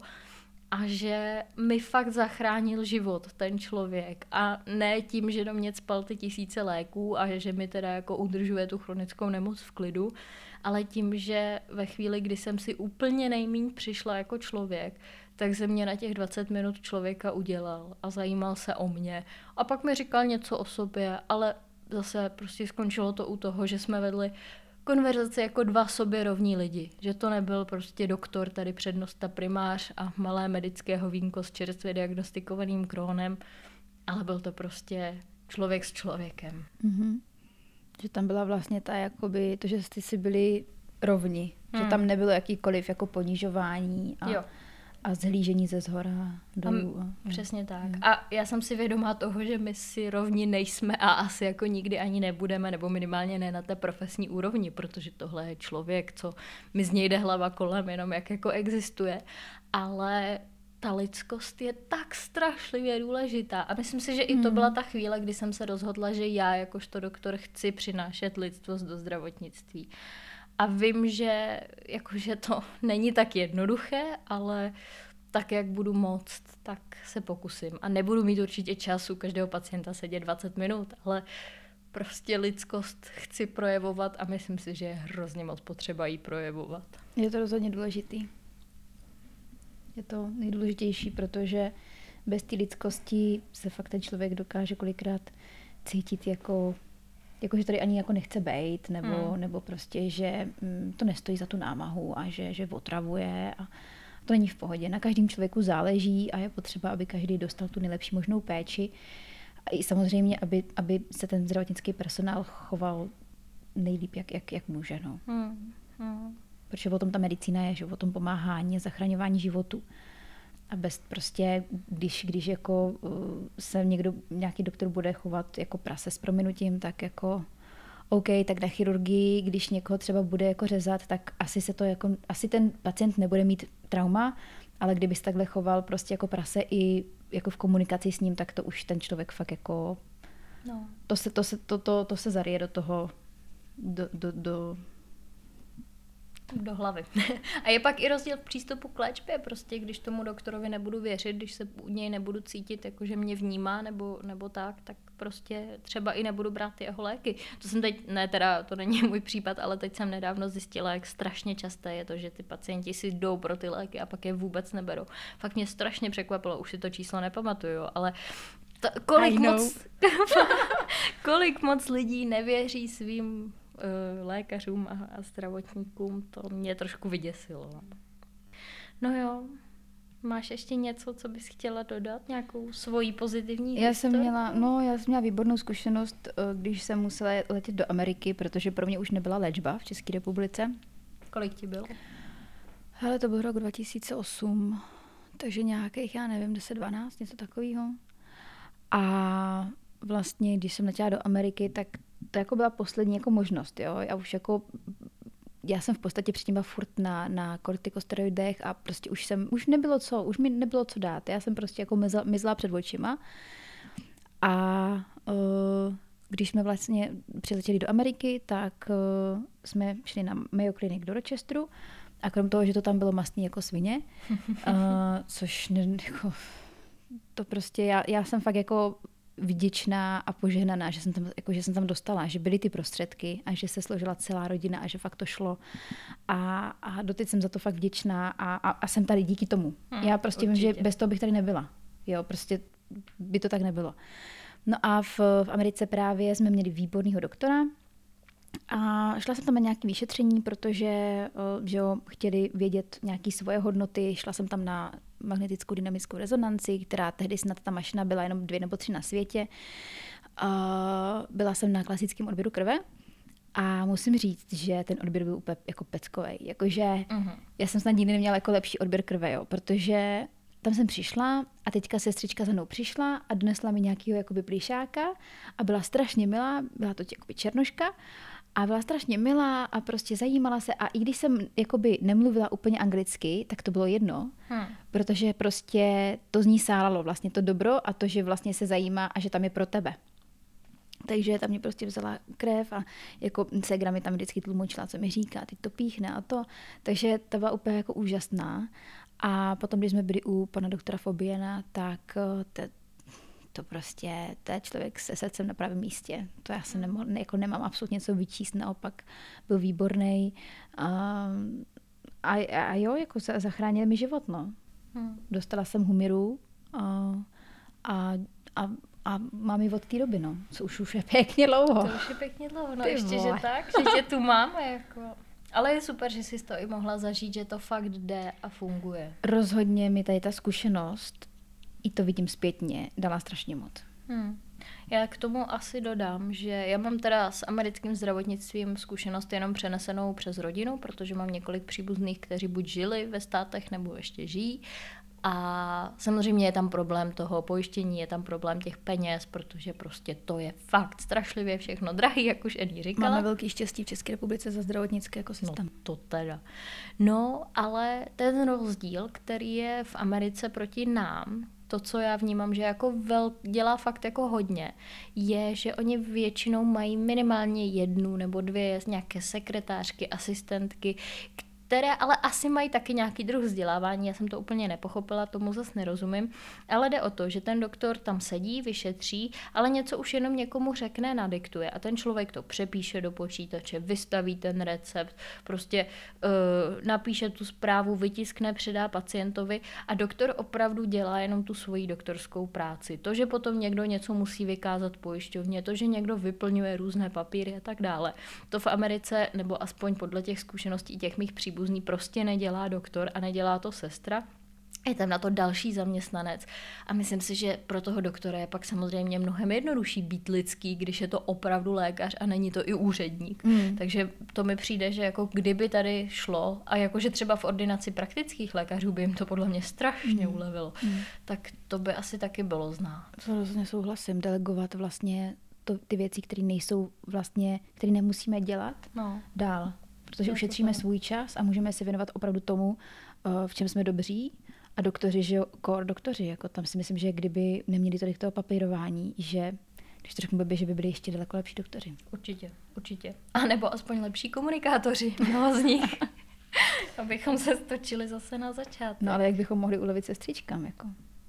a že mi fakt zachránil život ten člověk a ne tím, že do mě cpal ty 1000 léků a že mi teda jako udržuje tu chronickou nemoc v klidu, ale tím, že ve chvíli, kdy jsem si úplně nejmíň přišla jako člověk, tak ze mě na těch 20 minut člověka udělal a zajímal se o mě. A pak mi říkal něco o sobě, ale zase prostě skončilo to u toho, že jsme vedli konverzaci jako dva sobě rovní lidi. Že to nebyl prostě doktor, tady přednosta primář a malé medického vínko s čerstvě diagnostikovaným Crohnem, ale byl to prostě člověk s člověkem. Mm-hmm. Že tam byla vlastně ta jakoby, to, že jste si byli rovni. Že tam nebylo jakýkoliv jako ponižování a zhlížení ze zhora dolů. Přesně tak. A já jsem si vědomá toho, že my si rovni nejsme a asi jako nikdy ani nebudeme, nebo minimálně ne na té profesní úrovni, protože tohle je člověk, co mi z něj jde hlava kolem, jenom jak jako existuje. Ale ta lidskost je tak strašlivě důležitá. A myslím si, že i to byla ta chvíle, kdy jsem se rozhodla, že já jakožto doktor chci přinášet lidstvost do zdravotnictví. A vím, že jakože to není tak jednoduché, ale tak, jak budu moct, tak se pokusím. A nebudu mít určitě čas u každého pacienta sedět 20 minut, ale prostě lidskost chci projevovat a myslím si, že je hrozně moc potřeba jí projevovat. Je to rozhodně důležitý. Je to nejdůležitější, protože bez té lidskosti se fakt ten člověk dokáže kolikrát cítit jako že tady ani jako nechce bejt, nebo prostě, že to nestojí za tu námahu a že otravuje a to není v pohodě. Na každém člověku záleží a je potřeba, aby každý dostal tu nejlepší možnou péči a i samozřejmě, aby se ten zdravotnický personál choval nejlíp, jak může. No. Protože o tom ta medicína je, že o tom pomáhání a zachraňování životu. A bez prostě, když jako se nějaký doktor bude chovat jako prase s prominutím, tak jako OK, tak na chirurgii, když někoho třeba bude jako řezat, tak asi ten pacient nebude mít trauma, ale kdyby se takhle choval prostě jako prase i jako v komunikaci s ním, tak to už ten člověk fakt jako to se zaryje do toho do hlavy. A je pak i rozdíl v přístupu k léčbě, prostě když tomu doktorovi nebudu věřit, když se u něj nebudu cítit, jako že mě vnímá nebo tak prostě třeba i nebudu brát ty jeho léky. To jsem teď, to není můj případ, ale teď jsem nedávno zjistila, jak strašně časté je to, že ty pacienti si jdou pro ty léky a pak je vůbec neberou. Fakt mě strašně překvapilo, už si to číslo nepamatuju, ale kolik moc lidí nevěří svým lékařům a zdravotníkům, to mě trošku vyděsilo. No jo, máš ještě něco, co bys chtěla dodat? Nějakou svoji pozitivní Já jsem měla výbornou zkušenost, když jsem musela letět do Ameriky, protože pro mě už nebyla léčba v České republice. Kolik ti bylo? Hele, to byl rok 2008, takže nějakých, 10-12, něco takového. A vlastně, když jsem letěla do Ameriky, tak to jako byla poslední jako možnost, jo. Já jsem v podstatě předtím byla furt na kortikosteroidech a prostě už mi nebylo co dát. Já jsem prostě jako mizla před očima. A když jsme vlastně přiletěli do Ameriky, tak jsme šli na Mayo Clinic do Rochesteru a krom toho, že to tam bylo mastný jako svině, což jako, to prostě já jsem fakt jako vděčná a požehnaná, že jsem tam dostala, že byly ty prostředky a že se složila celá rodina a že fakt to šlo. A doteď jsem za to fakt vděčná a jsem tady díky tomu. Já prostě vím, že bez toho bych tady nebyla. Jo, prostě by to tak nebylo. No a v Americe právě jsme měli výborného doktora a šla jsem tam na nějaké vyšetření, protože chtěli vědět nějaké svoje hodnoty. Šla jsem tam na magnetickou dynamickou rezonanci, která tehdy snad ta mašina byla jenom 2 nebo 3 na světě. Byla jsem na klasickém odběru krve A musím říct, že ten odběr byl úplně jako peckovej. Jakože já jsem snad nikdy neměla jako lepší odběr krve, jo, protože tam jsem přišla a teďka sestřička za mnou přišla a donesla mi nějakýho jakoby plíšáka a byla strašně milá, byla to jakoby černoška a byla strašně milá a prostě zajímala se a i když jsem jakoby nemluvila úplně anglicky, tak to bylo jedno, protože prostě to z ní sálalo vlastně to dobro a to, že vlastně se zajímá a že tam je pro tebe. Takže tam mě prostě vzala krev a jako ségra mi tam vždycky tlumočila, co mi říká, teď to píchne a to. Takže ta byla úplně jako úžasná. A potom, když jsme byli u pana doktora Fobiena, tak to prostě, to je člověk se srdcem na pravém místě. To já se jako nemám absolutně co vyčíst, naopak byl výborný. A jo, jako zachránil mi život, no. Dostala jsem humiru a mám ji od té doby, no. Co už je pěkně dlouho. To už je pěkně dlouho, no ještě, že tak, že tě tu máme, jako. Ale je super, že jsi to i mohla zažít, že to fakt jde a funguje. Rozhodně mi tady ta zkušenost, i to vidím zpětně, dala strašně moc. Já k tomu asi dodám, že já mám teda s americkým zdravotnictvím zkušenost jenom přenesenou přes rodinu, protože mám několik příbuzných, kteří buď žili ve státech, nebo ještě žijí. A samozřejmě je tam problém toho pojištění, je tam problém těch peněz, protože prostě to je fakt strašlivě všechno drahý, jak už Edy říkala. Máme velký štěstí v České republice za zdravotnický ekosystém. No to teda. No, ale ten rozdíl, který je v Americe proti nám, to, co já vnímám, že jako dělá fakt jako hodně, je, že oni většinou mají minimálně 1 nebo 2 nějaké sekretářky, asistentky, které ale asi mají taky nějaký druh vzdělávání, já jsem to úplně nepochopila, tomu zase nerozumím, ale jde o to, že ten doktor tam sedí, vyšetří, ale něco už jenom někomu řekne, nadiktuje a ten člověk to přepíše do počítače, vystaví ten recept, prostě napíše tu zprávu, vytiskne, předá pacientovi a doktor opravdu dělá jenom tu svoji doktorskou práci. To, že potom někdo něco musí vykázat pojišťovně, to, že někdo vyplňuje různé papíry a tak dále, to v Americe, nebo aspoň podle těch zkušeností těch mých příbuzných, prostě nedělá doktor a nedělá to sestra. Je tam na to další zaměstnanec a myslím si, že pro toho doktora je pak samozřejmě mnohem jednodušší být lidský, když je to opravdu lékař a není to i úředník. Takže to mi přijde, že jako kdyby tady šlo a jakože třeba v ordinaci praktických lékařů by jim to podle mě strašně ulevilo, tak to by asi taky bylo znát. To rozhodně souhlasím, delegovat vlastně ty věci, které nejsou vlastně, které nemusíme dělat dál. Protože ušetříme svůj čas a můžeme se věnovat opravdu tomu, v čem jsme dobří. A doktoři, že jo, doktoři, jako tam si myslím, že kdyby neměli tolik toho papírování, že když to řeknu blbě, že by byli ještě daleko lepší doktoři. Určitě. A nebo aspoň lepší komunikátoři, mnoho z nich. Abychom se stočili zase na začátek. No ale jak bychom mohli ulevit sestřičkám, jako?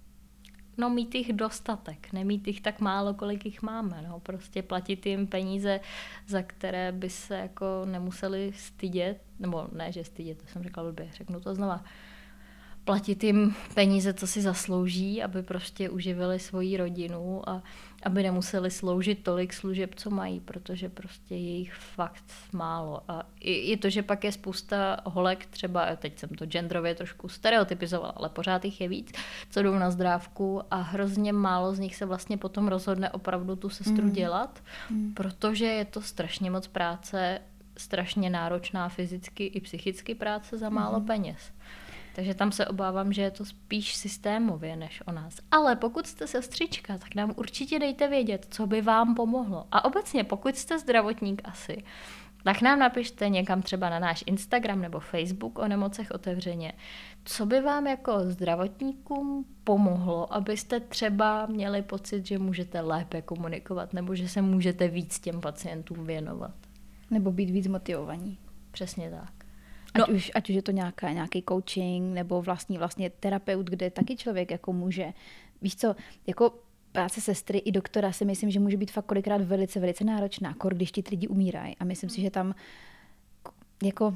No mít jich dostatek, nemít jich tak málo, kolik jich máme, no. Prostě platit jim peníze, za které by se jako nemuseli stydět, nebo ne, že stydět, to jsem řekla blbě, řeknu to znova. Platit jim peníze, co si zaslouží, aby prostě uživili svoji rodinu a aby nemuseli sloužit tolik služeb, co mají, protože prostě je jich fakt málo. A i to, že pak je spousta holek, třeba, teď jsem to genderově trošku stereotypizovala, ale pořád jich je víc, co jdou na zdrávku a hrozně málo z nich se vlastně potom rozhodne opravdu tu sestru dělat, protože je to strašně moc práce, strašně náročná fyzicky i psychicky práce za málo peněz. Takže tam se obávám, že je to spíš systémově než o nás. Ale pokud jste sestřička, tak nám určitě dejte vědět, co by vám pomohlo. A obecně, pokud jste zdravotník asi, tak nám napište někam třeba na náš Instagram nebo Facebook o nemocech otevřeně. Co by vám jako zdravotníkům pomohlo, abyste třeba měli pocit, že můžete lépe komunikovat nebo že se můžete víc těm pacientům věnovat. Nebo být víc motivovaní. Přesně tak. Ať už je to nějaký coaching nebo vlastně terapeut, kde taky člověk jako může. Víš co, jako práce sestry i doktora si myslím, že může být fakt kolikrát velice, velice náročná, když ti lidi umírají. A myslím si, že tam jako,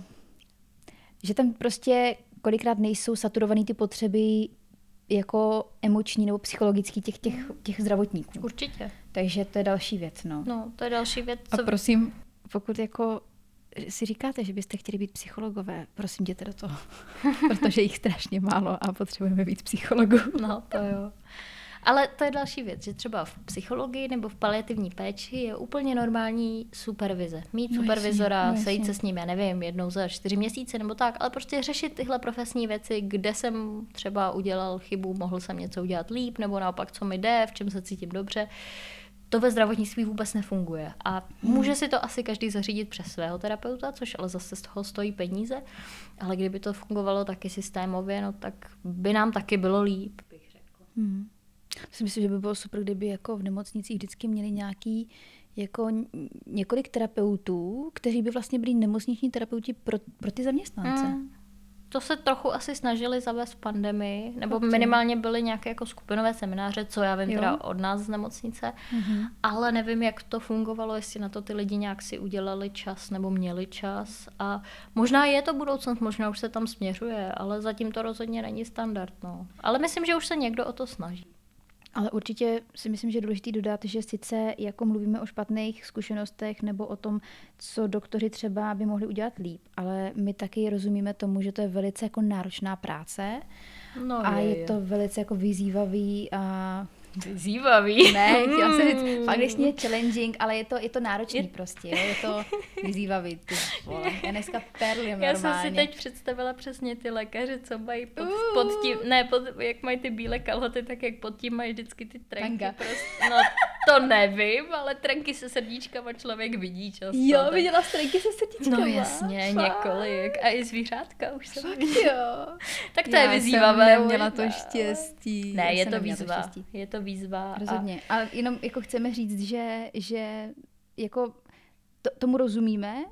že tam prostě kolikrát nejsou saturovaný ty potřeby jako emoční nebo psychologický těch zdravotníků. Určitě. Takže to je další věc, no. No, to je další věc. A prosím, pokud jako si říkáte, že byste chtěli být psychologové, prosím, jděte do toho, protože jich strašně málo a potřebujeme víc psychologů. No, to jo. Ale to je další věc, že třeba v psychologii nebo v paliativní péči je úplně normální supervize. Mít supervizora, sejít se s ním, já nevím, jednou za 4 měsíce nebo tak, ale prostě řešit tyhle profesní věci, kde jsem třeba udělal chybu, mohl jsem něco udělat líp, nebo naopak, co mi jde, v čem se cítím dobře. To ve zdravotnictví vůbec nefunguje. A může si to asi každý zařídit přes svého terapeuta, což ale zase z toho stojí peníze. Ale kdyby to fungovalo taky systémově, no tak by nám taky bylo líp, bych řekla. Myslím si, že by bylo super, kdyby jako v nemocnicích vždycky měli nějaký jako několik terapeutů, kteří by vlastně byli nemocniční terapeuti pro ty zaměstnance. To se trochu asi snažili zavést v pandemii, nebo minimálně byly nějaké jako skupinové semináře, co já vím teda od nás z nemocnice, ale nevím, jak to fungovalo, jestli na to ty lidi nějak si udělali čas nebo měli čas a možná je to budoucnost, možná už se tam směřuje, ale zatím to rozhodně není standard. No. Ale myslím, že už se někdo o to snaží. Ale určitě si myslím, že je důležité dodat, že sice jako mluvíme o špatných zkušenostech nebo o tom, co doktoři třeba by mohli udělat líp, ale my taky rozumíme tomu, že to je velice jako náročná práce a je to velice jako vyzývavý a... Vyzývavý? Ne, chtěla jsem říct, v angličtině challenging, ale je to náročný prostě, jo? Je to vyzývavý. Já dneska perlím normálně. Já jsem si teď představila přesně ty lékaře, co mají pod tím, jak mají ty bílé kalhoty, tak jak pod tím mají vždycky ty trenky. Prostě, no to nevím, ale trenky se srdíčkama člověk vidí často. Jo, tak. Viděla jsi trenky se srdíčkama? No jasně, několik. A i zvířátka už jsem jo. Tak to je vyzývavé. Já jsem neměla to štěstí. Ne, je to výzva. Je to výzva. Rozhodně. A jenom jako chceme říct, že jako tomu rozumíme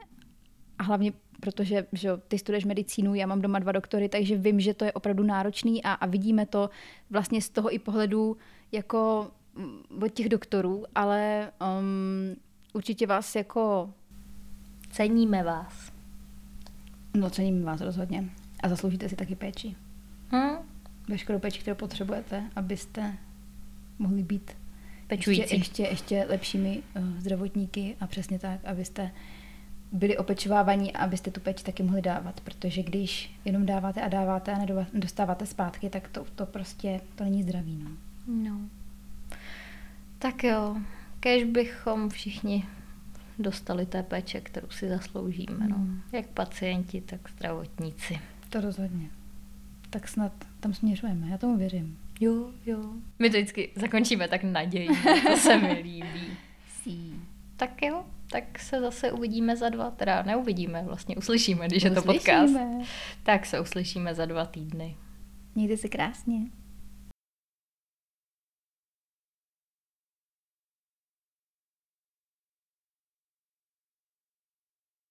a hlavně protože že ty studuješ medicínu, já mám doma 2 doktory, takže vím, že to je opravdu náročný a vidíme to vlastně z toho i pohledu jako od těch doktorů, ale určitě vás jako... Ceníme vás. No, ceníme vás rozhodně. A zasloužíte si taky péči. Veškerou péči, kterou potřebujete, abyste mohli být ještě lepšími zdravotníky a přesně tak, abyste byli opečovávaní a abyste tu péči taky mohli dávat, protože když jenom dáváte a nedostáváte zpátky, tak to prostě to není zdravý. No. Tak jo, kéž bychom všichni dostali té péče, kterou si zasloužíme. No. Jak pacienti, tak zdravotníci. To rozhodně. Tak snad tam směřujeme, já tomu věřím. Jo. My to vždycky zakončíme tak nadějně, to se mi líbí. Tak jo, tak se zase uvidíme za 2, teda neuvidíme, vlastně uslyšíme, když je to podcast. Tak se uslyšíme za 2 týdny. Mějte se krásně.